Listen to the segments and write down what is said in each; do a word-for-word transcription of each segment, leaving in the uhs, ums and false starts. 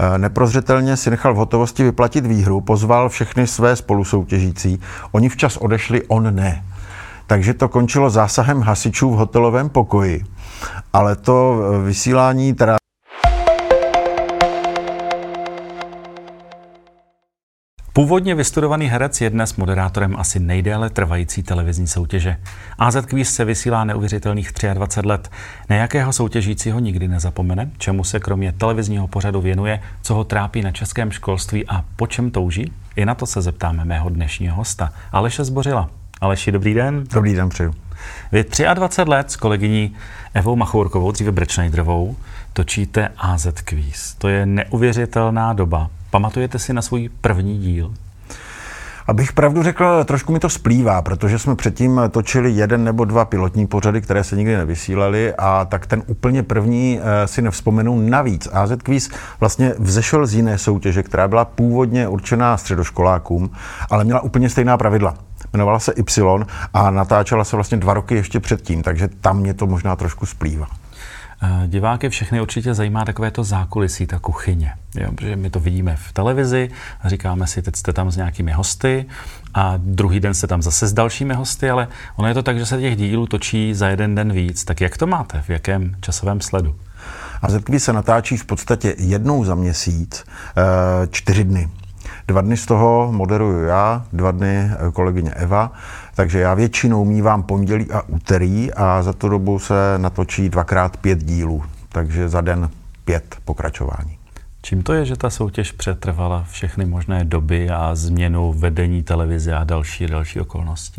Neprozřetelně si nechal v hotovosti vyplatit výhru, pozval všechny své spolusoutěžící. Oni včas odešli, on ne. Takže to končilo zásahem hasičů v hotelovém pokoji. Ale to vysílání teda... Původně vystudovaný herec je dnes moderátorem asi nejdéle trvající televizní soutěže. á zet Quiz se vysílá neuvěřitelných dvacet tři let. Na jakého soutěžícího nikdy nezapomene, čemu se kromě televizního pořadu věnuje, co ho trápí na českém školství a po čem touží? I na to se zeptáme mého dnešního hosta, Aleše Zbořila. Aleši, dobrý den. Dobrý den, přeju. Vy dvacet tři let s kolegyní Evou Machourkovou, dříve Brečnejdrovou, točíte á zet Quiz. To je neuvěřitelná doba. Pamatujete si na svůj první díl? Abych pravdu řekl, trošku mi to splývá, protože jsme předtím točili jeden nebo dva pilotní pořady, které se nikdy nevysílaly, a tak ten úplně první si nevzpomenu. Navíc á zet Quiz vlastně vzešel z jiné soutěže, která byla původně určená středoškolákům, ale měla úplně stejná pravidla. Jmenovala se Y a natáčela se vlastně dva roky ještě předtím, takže tam mě to možná trošku splývá. Diváky všechny určitě zajímá takové to zákulisí, ta kuchyně. Jo, protože my to vidíme v televizi a říkáme si, teď jste tam s nějakými hosty a druhý den jste tam zase s dalšími hosty, ale ono je to tak, že se těch dílů točí za jeden den víc. Tak jak to máte? V jakém časovém sledu? á zet Quiz se natáčí v podstatě jednou za měsíc, čtyři dny. Dva dny z toho moderuju já, dva dny kolegyně Eva, takže já většinou mívám pondělí a úterý a za tu dobu se natočí dvakrát pět dílů, takže za den pět pokračování. Čím to je, že ta soutěž přetrvala všechny možné doby a změnu vedení televize a další další okolnosti?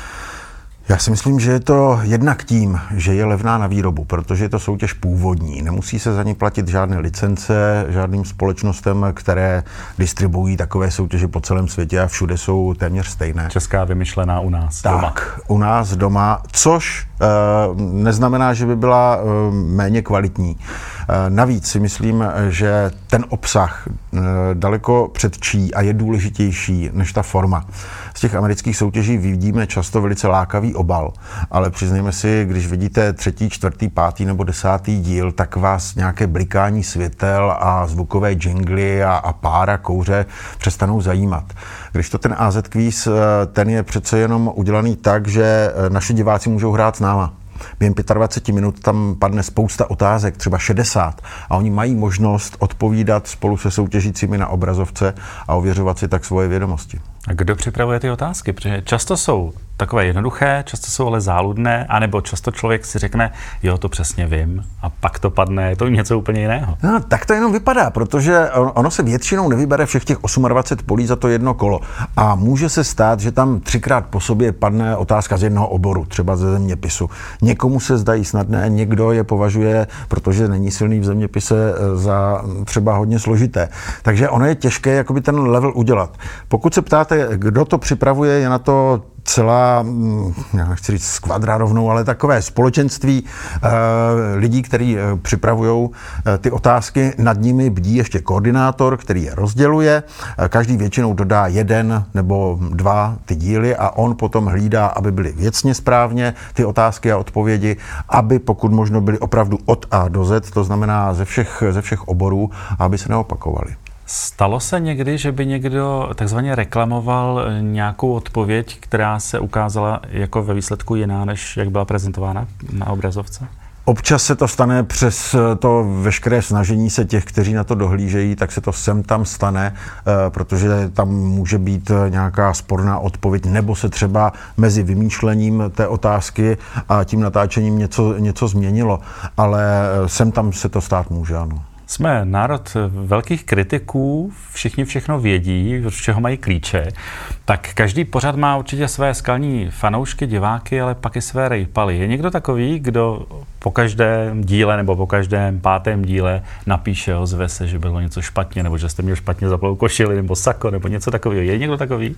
Já si myslím, že je to jednak tím, že je levná na výrobu, protože je to soutěž původní. Nemusí se za ní platit žádné licence žádným společnostem, které distribuují takové soutěže po celém světě a všude jsou téměř stejné. Česká vymyšlená u nás tak, doma. u nás doma, což e, neznamená, že by byla e, méně kvalitní. E, navíc si myslím, že ten obsah e, daleko předčí a je důležitější než ta forma. Z těch amerických soutěží vidíme často velice lákavý obal, ale přiznejme si, když vidíte třetí, čtvrtý, pátý nebo desátý díl, tak vás nějaké blikání světel a zvukové džingly a, a pára kouře přestanou zajímat. Když to ten á zet Quiz, ten je přece jenom udělaný tak, že naši diváci můžou hrát s náma. Během dvacet pět minut tam padne spousta otázek, třeba šedesát, a oni mají možnost odpovídat spolu se soutěžícími na obrazovce a ověřovat si tak svoje vědomosti. A kdo připravuje ty otázky? Protože často jsou takové jednoduché, často jsou ale záludné, anebo často člověk si řekne, jo, to přesně vím, a pak to padne, je to něco úplně jiného. No, tak to jenom vypadá, protože ono se většinou nevybere všech těch dvacet osm polí za to jedno kolo. A může se stát, že tam třikrát po sobě padne otázka z jednoho oboru, třeba ze zeměpisu. Někomu se zdají snadné, někdo je považuje, protože není silný v zeměpise, za třeba hodně složité. Takže ono je těžké jakoby ten level udělat. Pokud se ptáte, kdo to připravuje, je na to celá, já nechci říct skvadra rovnou, ale takové společenství e, lidí, kteří e, připravují e, ty otázky. Nad nimi bdí ještě koordinátor, který je rozděluje. E, každý většinou dodá jeden nebo dva ty díly a on potom hlídá, aby byly věcně správně ty otázky a odpovědi, aby pokud možno byly opravdu od A do Z, to znamená ze všech, ze všech oborů, aby se neopakovaly. Stalo se někdy, že by někdo takzvaně reklamoval nějakou odpověď, která se ukázala jako ve výsledku jiná, než jak byla prezentována na obrazovce? Občas se to stane přes to veškeré snažení se těch, kteří na to dohlížejí, tak se to sem tam stane, protože tam může být nějaká sporná odpověď, nebo se třeba mezi vymýšlením té otázky a tím natáčením něco, něco změnilo, ale sem tam se to stát může, ano. Jsme národ velkých kritiků, všichni všechno vědí, z čeho mají klíče, tak každý pořad má určitě své skalní fanoušky, diváky, ale pak i své rejpaly. Je někdo takový, kdo po každém díle nebo po každém pátém díle napíše, ozve se, že bylo něco špatně, nebo že jste měl špatně zaplou košili, nebo sako, nebo něco takového. Je někdo takový?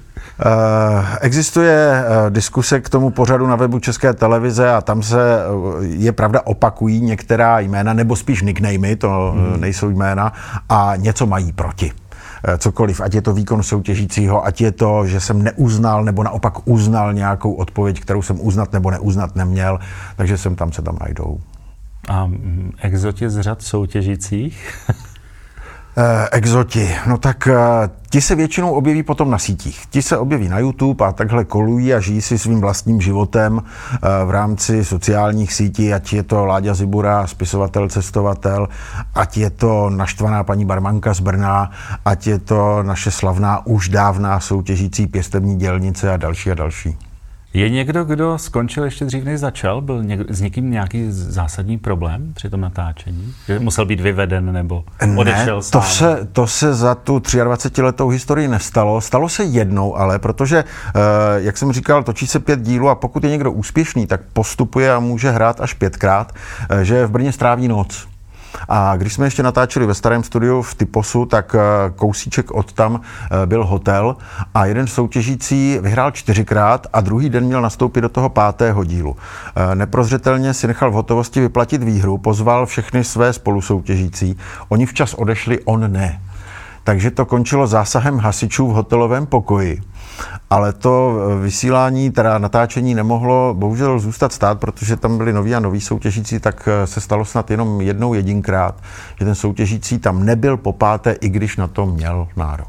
Uh, existuje uh, diskuse k tomu pořadu na webu České televize a tam se, uh, je pravda, opakují některá jména, nebo spíš nicknamey, to hmm. uh, nejsou jména, a něco mají proti. Cokoliv, ať je to výkon soutěžícího, ať je to, že jsem neuznal nebo naopak uznal nějakou odpověď, kterou jsem uznat nebo neuznat neměl, takže sem tam se tam najdou. A exoti z řad soutěžících? Eh, exoti, no tak eh, ti se většinou objeví potom na sítích. Ti se objeví na YouTube a takhle kolují a žijí si svým vlastním životem eh, v rámci sociálních sítí, ať je to Láďa Zibura, spisovatel, cestovatel, ať je to naštvaná paní barmanka z Brna, ať je to naše slavná už dávná soutěžící pěstební dělnice a další a další. Je někdo, kdo skončil ještě dřív, než začal? Byl někdo, s někým nějaký zásadní problém při tom natáčení? Že musel být vyveden nebo odešel ne, sám? To se, to se za tu dvacetiletou historii nestalo. Stalo se jednou ale, protože, jak jsem říkal, točí se pět dílů a pokud je někdo úspěšný, tak postupuje a může hrát až pětkrát, že v Brně stráví noc. A když jsme ještě natáčeli ve starém studiu v Typosu, tak kousíček od tam byl hotel a jeden soutěžící vyhrál čtyřikrát a druhý den měl nastoupit do toho pátého dílu. Neprozřetelně si nechal v hotovosti vyplatit výhru, pozval všechny své spolusoutěžící, oni včas odešli, on ne. Takže to končilo zásahem hasičů v hotelovém pokoji. Ale to vysílání, teda natáčení nemohlo bohužel zůstat stát, protože tam byli noví a noví soutěžící, tak se stalo snad jenom jednou jedinkrát, že ten soutěžící tam nebyl po páté, i když na to měl nárok.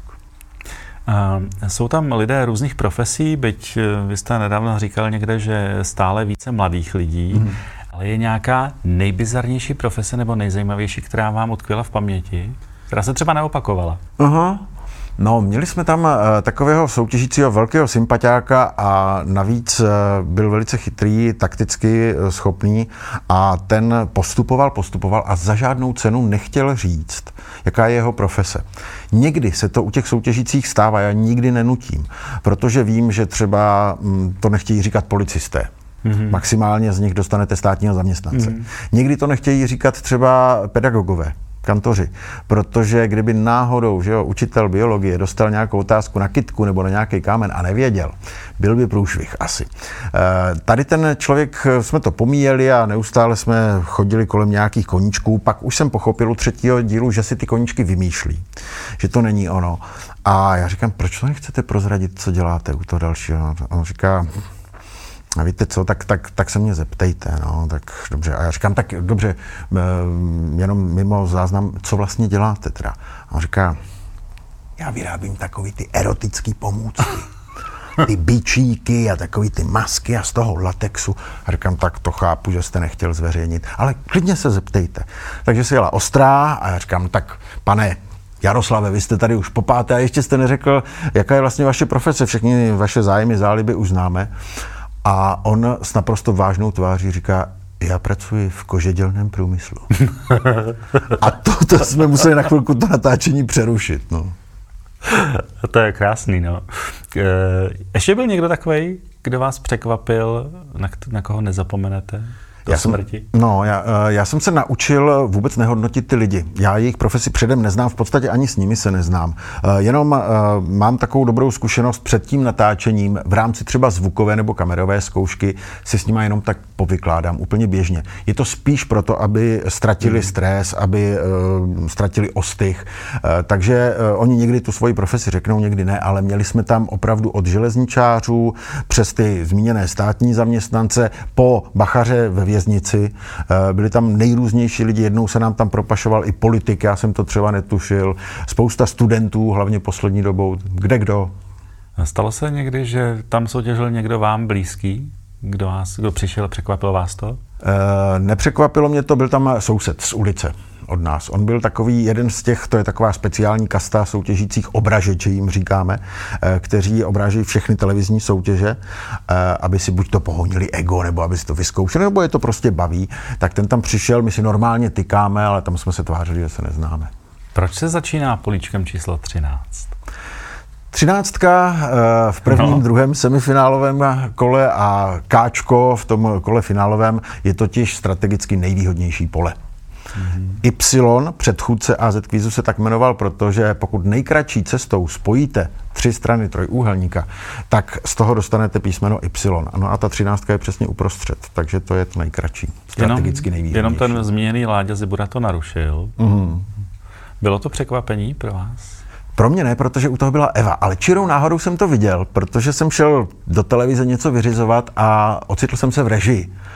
Uh, jsou tam lidé různých profesí, byť vy jste nedávno říkal někde, že stále více mladých lidí, mm. ale je nějaká nejbizarnější profese nebo nejzajímavější, která vám utkvěla v paměti, která se třeba neopakovala? Aha. No, měli jsme tam uh, takového soutěžícího velkého sympatiáka a navíc uh, byl velice chytrý, takticky uh, schopný a ten postupoval, postupoval a za žádnou cenu nechtěl říct, jaká je jeho profese. Někdy se to u těch soutěžících stává, já nikdy nenutím, protože vím, že třeba um, to nechtějí říkat policisté. Mm-hmm. Maximálně z nich dostanete státního zaměstnance. Mm-hmm. Někdy to nechtějí říkat třeba pedagogové, kantoři, protože kdyby náhodou, že jo, učitel biologie dostal nějakou otázku na kytku nebo na nějaký kámen a nevěděl, byl by průšvih asi. E, tady ten člověk, jsme to pomíjeli a neustále jsme chodili kolem nějakých koníčků, pak už jsem pochopil u třetího dílu, že si ty koníčky vymýšlí, že to není ono. A já říkám, proč to nechcete prozradit, co děláte u toho dalšího? A on říká, a víte co, tak, tak, tak se mě zeptejte, no, tak dobře. A já říkám, tak dobře, jenom mimo záznam, co vlastně děláte teda? A on říká, já vyrábím takový ty erotický pomůcky, ty bičíky a takový ty masky a z toho latexu. A říkám, tak to chápu, že jste nechtěl zveřejnit, ale klidně se zeptejte. Takže se jela ostrá a já říkám, tak pane Jaroslave, vy jste tady už po páté a ještě jste neřekl, jaká je vlastně vaše profese, všechny vaše zájmy, záliby už známe. A on s naprosto vážnou tváří říká, já pracuji v kožedělném průmyslu. A to, to jsme museli na chvilku to natáčení přerušit. No. To je krásný, no. Ještě byl někdo takovej, kdo vás překvapil, na, na koho nezapomenete? Já jsem, no, já, já jsem se naučil vůbec nehodnotit ty lidi. Já jejich profesi předem neznám, v podstatě ani s nimi se neznám. Jenom uh, mám takovou dobrou zkušenost před tím natáčením v rámci třeba zvukové nebo kamerové zkoušky si s nimi jenom tak povykládám úplně běžně. Je to spíš proto, aby ztratili mm. stres, aby uh, ztratili ostych. Uh, takže uh, oni někdy tu svoji profesi řeknou, někdy ne, ale měli jsme tam opravdu od železničářů přes ty zmíněné státní zaměstnance po bachaře ve věznici. Byli tam nejrůznější lidi, jednou se nám tam propašoval i politik, já jsem to třeba netušil, spousta studentů, hlavně poslední dobou, kde kdo. Stalo se někdy, že tam soutěžil někdo vám blízký? Kdo, vás, kdo přišel a překvapilo vás to? E, nepřekvapilo mě to, byl tam soused z ulice od nás. On byl takový jeden z těch, to je taková speciální kasta soutěžících obražečů, jim říkáme, kteří obrážejí všechny televizní soutěže, aby si buď to pohonili ego, nebo aby si to vyzkoušeli, nebo je to prostě baví. Tak ten tam přišel, my si normálně tykáme, ale tam jsme se tvářili, že se neznáme. Proč se začíná políčkem číslo třináct? Třináctka v prvním, no. druhém semifinálovém kole a káčko v tom kole finálovém je totiž strategicky nejvýhodnější pole. Mm-hmm. Y, předchůdce A Z kvízu, se tak jmenoval, protože pokud nejkratší cestou spojíte tři strany trojúhelníka, tak z toho dostanete písmeno Y. Ano, a ta třináctka je přesně uprostřed, takže to je to nejkratší, strategicky nejvýhodnější. Jenom ten zmíněný Láďa Zibura to narušil. Mm-hmm. Bylo to překvapení pro vás? Pro mě ne, protože u toho byla Eva, ale čirou náhodou jsem to viděl, protože jsem šel do televize něco vyřizovat a ocitl jsem se v režii.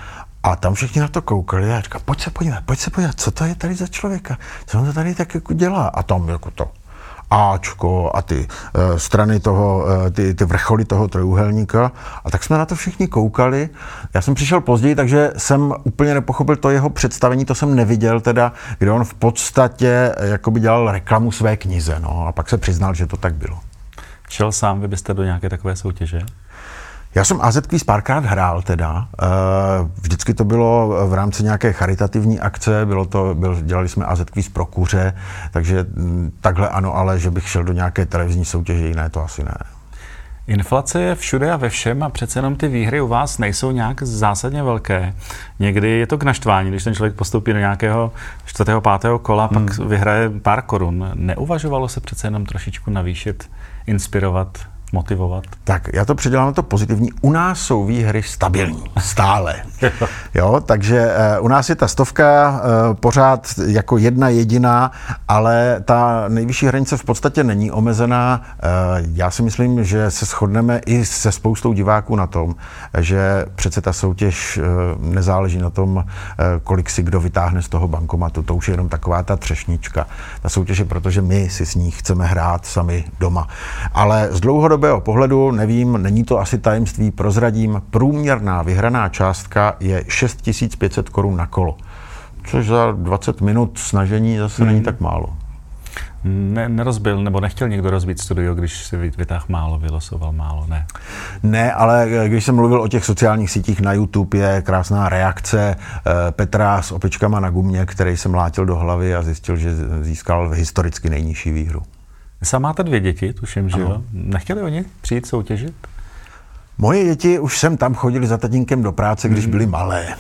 A tam všichni na to koukali a říkali, pojď se podívat, pojď se podívat, co to je tady za člověka, co on to tady tak jako dělá. A tam jako to Ačko a ty uh, strany toho, uh, ty, ty vrcholy toho trojuhelníka. A tak jsme na to všichni koukali. Já jsem přišel později, takže jsem úplně nepochopil to jeho představení, to jsem neviděl teda, kde on v podstatě jakoby dělal reklamu své knize. No, a pak se přiznal, že to tak bylo. Šel sám, vy byste do nějaké takové soutěže? Já jsem á zet Quiz párkrát hrál teda. Vždycky to bylo v rámci nějaké charitativní akce, bylo to, byl, dělali jsme á zet Quiz pro kuře, takže takhle ano, ale že bych šel do nějaké televizní soutěže, jiné to asi ne. Inflace je všude a ve všem a přece jenom ty výhry u vás nejsou nějak zásadně velké. Někdy je to k naštvání, když ten člověk postoupí do nějakého čtvrtého, pátého kola, hmm. pak vyhraje pár korun. Neuvažovalo se přece jenom trošičku navýšit, inspirovat, motivovat? Tak já to předělám na to pozitivní. U nás jsou výhry stabilní, stále. Jo, takže uh, u nás je ta stovka uh, pořád jako jedna jediná, ale ta nejvyšší hranice v podstatě není omezená. Uh, já si myslím, že se shodneme i se spoustou diváků na tom, že přece ta soutěž uh, nezáleží na tom, uh, kolik si kdo vytáhne z toho bankomatu. To už je jenom taková ta třešnička. Ta soutěž je, protože my si s ní chceme hrát sami doma. Ale z dlouhodobého pohledu, nevím, není to asi tajemství, prozradím, průměrná vyhraná částka je šest tisíc pět set korun na kolo. Což za dvacet minut snažení zase hmm. není tak málo. Ne, nerozbil, nebo nechtěl někdo rozbít studio, když si vytáhl málo, vylosoval málo, ne? Ne, ale když jsem mluvil o těch sociálních sítích, na YouTube je krásná reakce Petra s opičkama na gumě, který se mlátil do hlavy a zjistil, že získal historicky nejnižší výhru. Sám máte dvě děti, tuším, že jo? Nechtěli oni přijít soutěžit? Moje děti už sem tam chodili za tatínkem do práce, když byly malé, e,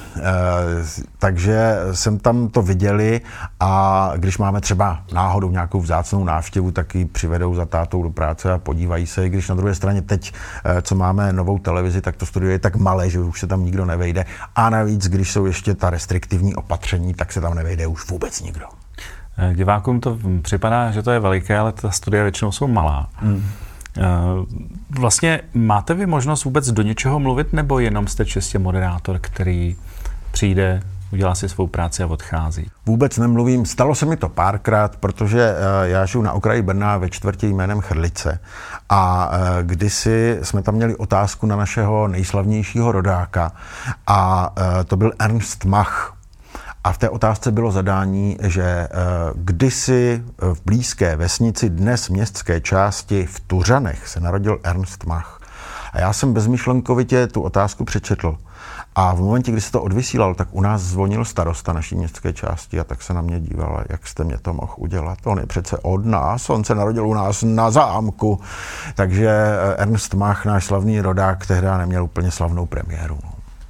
takže jsem tam to viděli a když máme třeba náhodou nějakou vzácnou návštěvu, tak ji přivedou za tátou do práce a podívají se, i když na druhé straně teď, e, co máme novou televizi, tak to studio je tak malé, že už se tam nikdo nevejde a navíc, když jsou ještě ta restriktivní opatření, tak se tam nevejde už vůbec nikdo. Divákům to připadá, že to je veliké, ale ta studia většinou jsou malá. Hmm. Vlastně máte vy možnost vůbec do něčeho mluvit, nebo jenom jste čistě moderátor, který přijde, udělá si svou práci a odchází? Vůbec nemluvím. Stalo se mi to párkrát, protože já žiju na okraji Brna ve čtvrti jménem Chrlice a kdysi jsme tam měli otázku na našeho nejslavnějšího rodáka a to byl Ernst Mach. A v té otázce bylo zadání, že kdysi v blízké vesnici, dnes městské části v Tuřanech, se narodil Ernst Mach. A já jsem bezmyšlenkovitě tu otázku přečetl. A v momentě, kdy se to odvysílal, tak u nás zvonil starosta naší městské části a tak se na mě díval, jak jste mě to mohl udělat. On je přece od nás, on se narodil u nás na zámku. Takže Ernst Mach, náš slavný rodák, tehdy neměl úplně slavnou premiéru.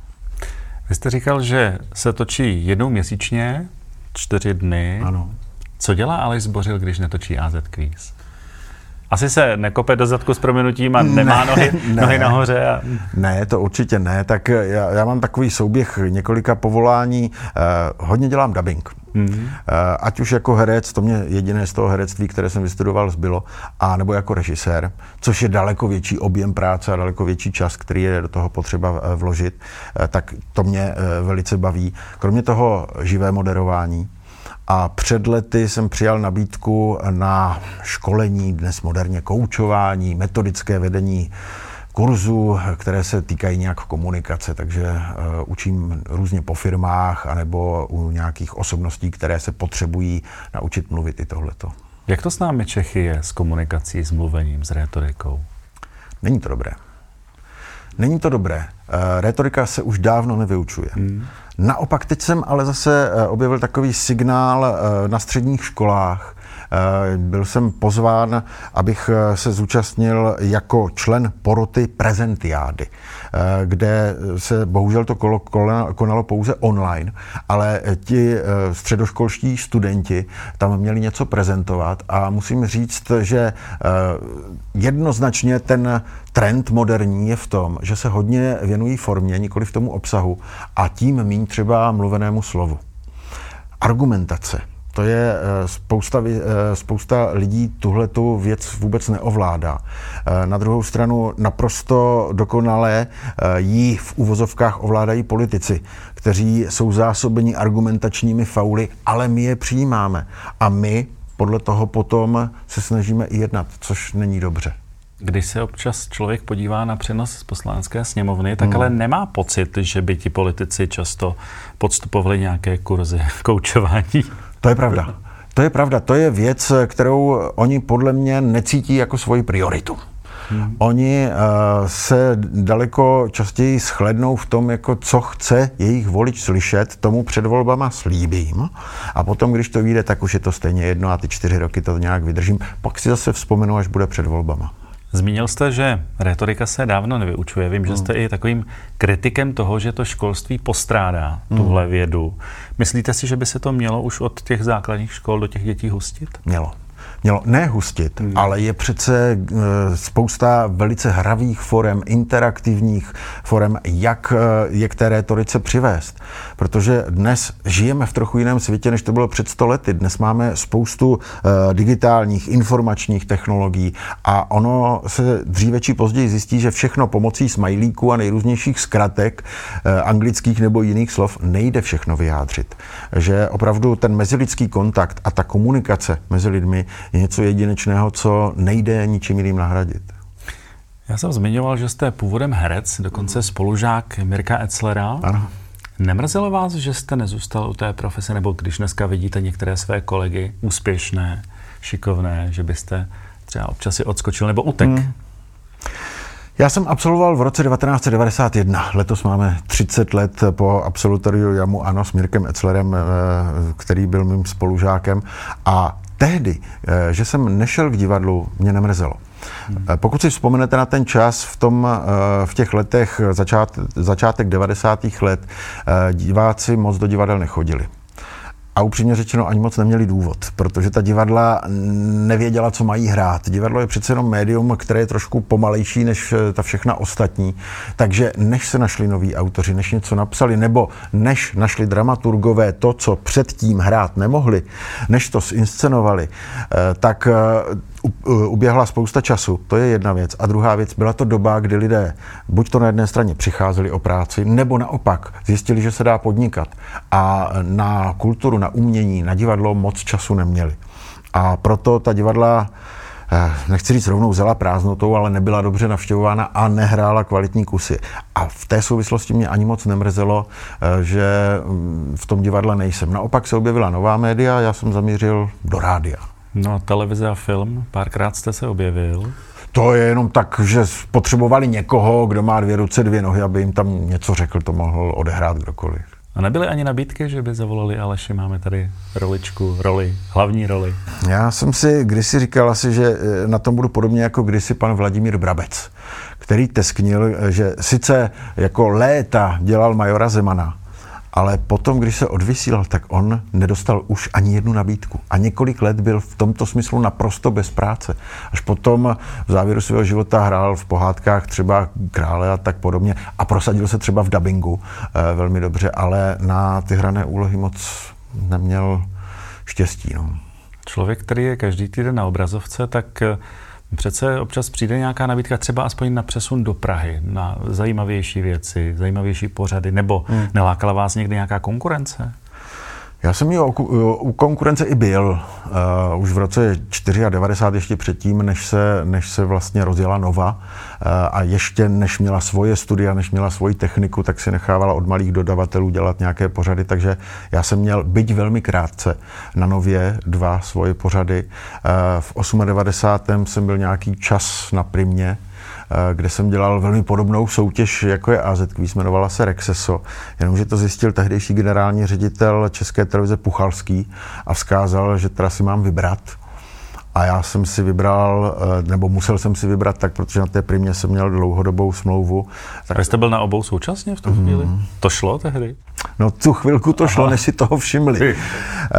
Vy jste říkal, že se točí jednou měsíčně, čtyři dny. Ano. Co dělá Aleš Zbořil, když netočí á zet Quiz? Asi se nekope do zadku s prominutím a nemá ne, nohy, ne, nohy nahoře. A... Ne, to určitě ne. Tak já, já mám takový souběh několika povolání. Eh, hodně dělám dabing. Mm-hmm. Eh, ať už jako herec, to mě jediné z toho herectví, které jsem vystudoval, zbylo, a nebo jako režisér, což je daleko větší objem práce a daleko větší čas, který je do toho potřeba vložit, eh, tak to mě eh, velice baví. Kromě toho živé moderování. A před lety jsem přijal nabídku na školení, dnes moderně koučování, metodické vedení kurzů, které se týkají nějak komunikace, takže uh, učím různě po firmách anebo u nějakých osobností, které se potřebují naučit mluvit i tohleto. Jak to s námi Čechy je s komunikací, s mluvením, s rétorikou? Není to dobré. Není to dobré. Uh, rétorika se už dávno nevyučuje. Hmm. Naopak teď jsem ale zase objevil takový signál na středních školách. Byl jsem pozván, abych se zúčastnil jako člen poroty prezentiády, kde se bohužel to kolo konalo pouze online, ale ti středoškolští studenti tam měli něco prezentovat a musím říct, že jednoznačně ten trend moderní je v tom, že se hodně věnují formě, nikoli v tomu obsahu a tím míň třeba mluvenému slovu. Argumentace. To je spousta, spousta lidí tuhletu věc vůbec neovládá. Na druhou stranu naprosto dokonale jí v uvozovkách ovládají politici, kteří jsou zásobeni argumentačními fauly, ale my je přijímáme. A my podle toho potom se snažíme i jednat, což není dobře. Když se občas člověk podívá na přenos z Poslanecké sněmovny, tak hmm. ale nemá pocit, že by ti politici často podstupovali nějaké kurzy koučování. To je pravda. To je pravda. To je věc, kterou oni podle mě necítí jako svoji prioritu. Hmm. Oni uh, se daleko častěji shlednou v tom, jako co chce jejich volič slyšet, tomu před volbama slíbím. A potom, když to vyjde, tak už je to stejně jedno a ty čtyři roky to nějak vydržím. Pak si zase vzpomenu, až bude před volbama. Zmínil jste, že rétorika se dávno nevyučuje. Vím, hmm. že jste i takovým kritikem toho, že to školství postrádá hmm. tuhle vědu. Myslíte si, že by se to mělo už od těch základních škol do těch dětí hustit? Mělo. Mělo ne hustit, hmm. ale je přece e, spousta velice hravých forem, interaktivních forem, jak je k té rétorice přivést. Protože dnes žijeme v trochu jiném světě, než to bylo před sto lety. Dnes máme spoustu e, digitálních, informačních technologií a ono se dříve či později zjistí, že všechno pomocí smajlíků a nejrůznějších zkratek, e, anglických nebo jiných slov, nejde všechno vyjádřit. Že opravdu ten mezilidský kontakt a ta komunikace mezi lidmi je něco jedinečného, co nejde ničím jiným nahradit. Já jsem zmiňoval, že jste původem herec, dokonce spolužák Mirka Etzlera. Ano. Nemrzelo vás, že jste nezůstal u té profese, nebo když dneska vidíte některé své kolegy úspěšné, šikovné, že byste třeba občas si odskočil nebo utek? Hmm. Já jsem absolvoval v roce devatenáct set devadesát jedna. Letos máme třicet let po absolutoriu JAMU ANO s Mirkem Etzlerem, který byl mým spolužákem. A tehdy, že jsem nešel k divadlu, mě nemrzelo. Hmm. Pokud si vzpomenete na ten čas v, tom, v těch letech, začát, začátek devadesátých let, diváci moc do divadel nechodili. A upřímně řečeno ani moc neměli důvod, protože ta divadla nevěděla, co mají hrát. Divadlo je přece jenom médium, které je trošku pomalejší než ta všechna ostatní. Takže než se našli noví autoři, než něco napsali, nebo než našli dramaturgové to, co předtím hrát nemohli, než to zinscenovali, tak uběhla spousta času. To je jedna věc. A druhá věc, byla to doba, kdy lidé buď to na jedné straně přicházeli o práci, nebo naopak zjistili, že se dá podnikat. A na kulturu, na umění, na divadlo moc času neměli. A proto ta divadla, nechci říct rovnou zela prázdnotou, ale nebyla dobře navštěvována a nehrála kvalitní kusy. A v té souvislosti mě ani moc nemrzelo, že v tom divadle nejsem. Naopak se objevila nová média, já jsem zamířil do rádia. No, televize a film, párkrát jste se objevil. To je jenom tak, že potřebovali někoho, kdo má dvě ruce, dvě nohy, aby jim tam něco řekl, to mohl odehrát kdokoliv. A nebyly ani nabídky, že by zavolali Aleši, máme tady roličku, roli, hlavní roli? Já jsem si kdysi říkal asi, že na tom budu podobně jako kdysi pan Vladimír Brabec, který tesknil, že sice jako léta dělal majora Zemana, ale potom, když se odvysílal, tak on nedostal už ani jednu nabídku. A několik let byl v tomto smyslu naprosto bez práce. Až potom v závěru svého života hrál v pohádkách třeba Krále a tak podobně a prosadil se třeba v dabingu e, velmi dobře, ale na ty hrané úlohy moc neměl štěstí. No. Člověk, který je každý týden na obrazovce, tak přece občas přijde nějaká nabídka, třeba aspoň na přesun do Prahy, na zajímavější věci, zajímavější pořady, nebo hmm. nelákala vás někdy nějaká konkurence? Já jsem ji u konkurence i byl. Uh, už v roce devadesát čtyři, ještě předtím, než se, než se vlastně rozjela Nova uh, a ještě než měla svoje studia, než měla svoji techniku, tak si nechávala od malých dodavatelů dělat nějaké pořady, takže já jsem měl, byť velmi krátce, na Nově dva svoje pořady. Uh, v devadesátém osmém jsem byl nějaký čas na Primě, kde jsem dělal velmi podobnou soutěž, jako je á zet ká, jmenovala se Rexeso, jenomže to zjistil tehdejší generální ředitel České televize Puchalský a vzkázal, že teda si mám vybrat. A já jsem si vybral, nebo musel jsem si vybrat tak, protože na té Primě jsem měl dlouhodobou smlouvu. Tak... A jste byl na obou současně v tom mm. chvíli? To šlo tehdy? No tu chvilku to šlo, Aha. než si toho všimli. uh,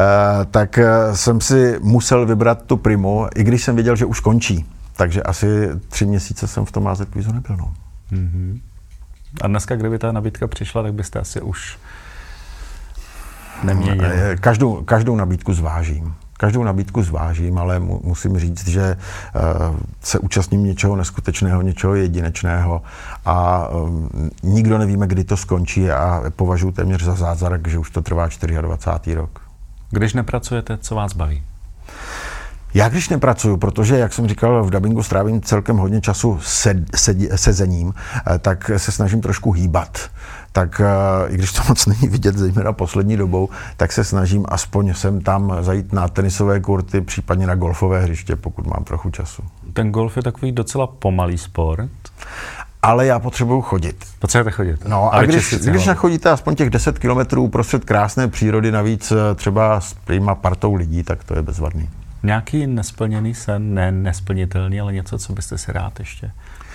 tak uh, jsem si musel vybrat tu Primu, i když jsem věděl, že už končí. Takže asi tři měsíce jsem v tom á zet kvízu nebyl. No. Mm-hmm. A dneska, kdyby ta nabídka přišla, tak byste asi už neměnil. Každou, každou nabídku zvážím. Každou nabídku zvážím, ale mu, musím říct, že uh, se účastním něčeho neskutečného, něčeho jedinečného a um, nikdo nevíme, kdy to skončí a považuji téměř za zázrak, že už to trvá dvacátý čtvrtý rok. Když nepracujete, co vás baví? Já když nepracuju, protože, jak jsem říkal, v dabingu strávím celkem hodně času sed, sed, sezením, tak se snažím trošku hýbat. Tak i když to moc není vidět, zejména poslední dobou, tak se snažím aspoň sem tam zajít na tenisové kurty, případně na golfové hřiště, pokud mám trochu času. Ten golf je takový docela pomalý sport. Ale já potřebuju chodit. Potřebujete chodit. No a když, když nachodíte aspoň těch deset kilometrů prostřed krásné přírody, navíc třeba s prýma partou lidí, tak to je bezvadný. Nějaký nesplněný sen, ne nesplnitelný, ale něco, co byste si rád ještě?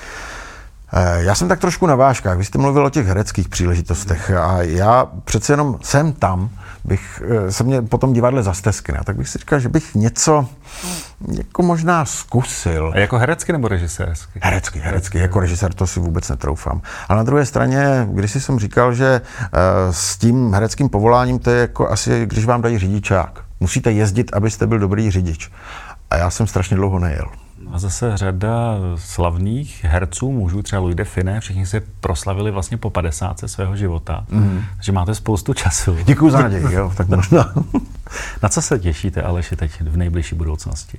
Já jsem tak trošku na vážkách. Vy jste mluvil o těch hereckých příležitostech a já přece jenom jsem tam, bych se mě po tom divadle zasteskne. Tak bych si říkal, že bych něco jako možná zkusil. A jako herecky nebo režisérsky? Herecky, herecky. Jako režisér to si vůbec netroufám. Ale na druhé straně, když jsem říkal, že s tím hereckým povoláním to je jako asi, když vám dají řidičák. Musíte jezdit, abyste byl dobrý řidič. A já jsem strašně dlouho nejel. A zase řada slavných herců, mužů, třeba Louis de Funès, všichni se proslavili vlastně po padesátce svého života. Mm. Takže máte spoustu času. Děkuju za naději, jo, tak možná. Na co se těšíte, Aleši, teď v nejbližší budoucnosti?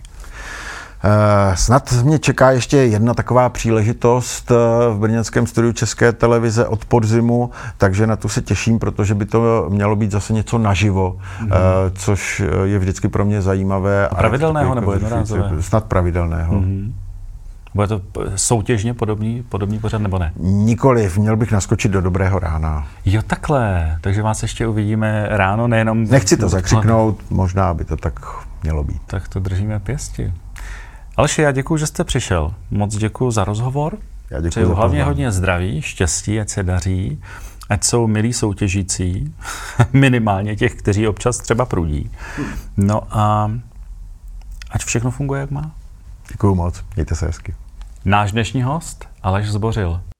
Uh, snad mě čeká ještě jedna taková příležitost uh, v brněnském studiu České televize od podzimu, takže na tu se těším, protože by to mělo být zase něco naživo, mm-hmm. uh, což je vždycky pro mě zajímavé. A pravidelného a nebo jednorázové? Snad pravidelného. Mm-hmm. Bude to soutěžně podobný, podobný pořad, nebo ne? Nikoliv, měl bych naskočit do Dobrého rána. Jo, takhle, takže vás ještě uvidíme ráno, nejenom... Nechci to zakřiknout, možná by to tak mělo být. Tak to držíme pěsti. Aleši, já děkuji, že jste přišel. Moc děkuji za rozhovor. Já děkuji Přeju za hlavně pozvání. hodně zdraví, štěstí, ať se daří, ať jsou milí soutěžící, minimálně těch, kteří občas třeba prudí. No a ať všechno funguje, jak má. Děkuji moc, mějte se hezky. Náš dnešní host, Aleš Zbořil.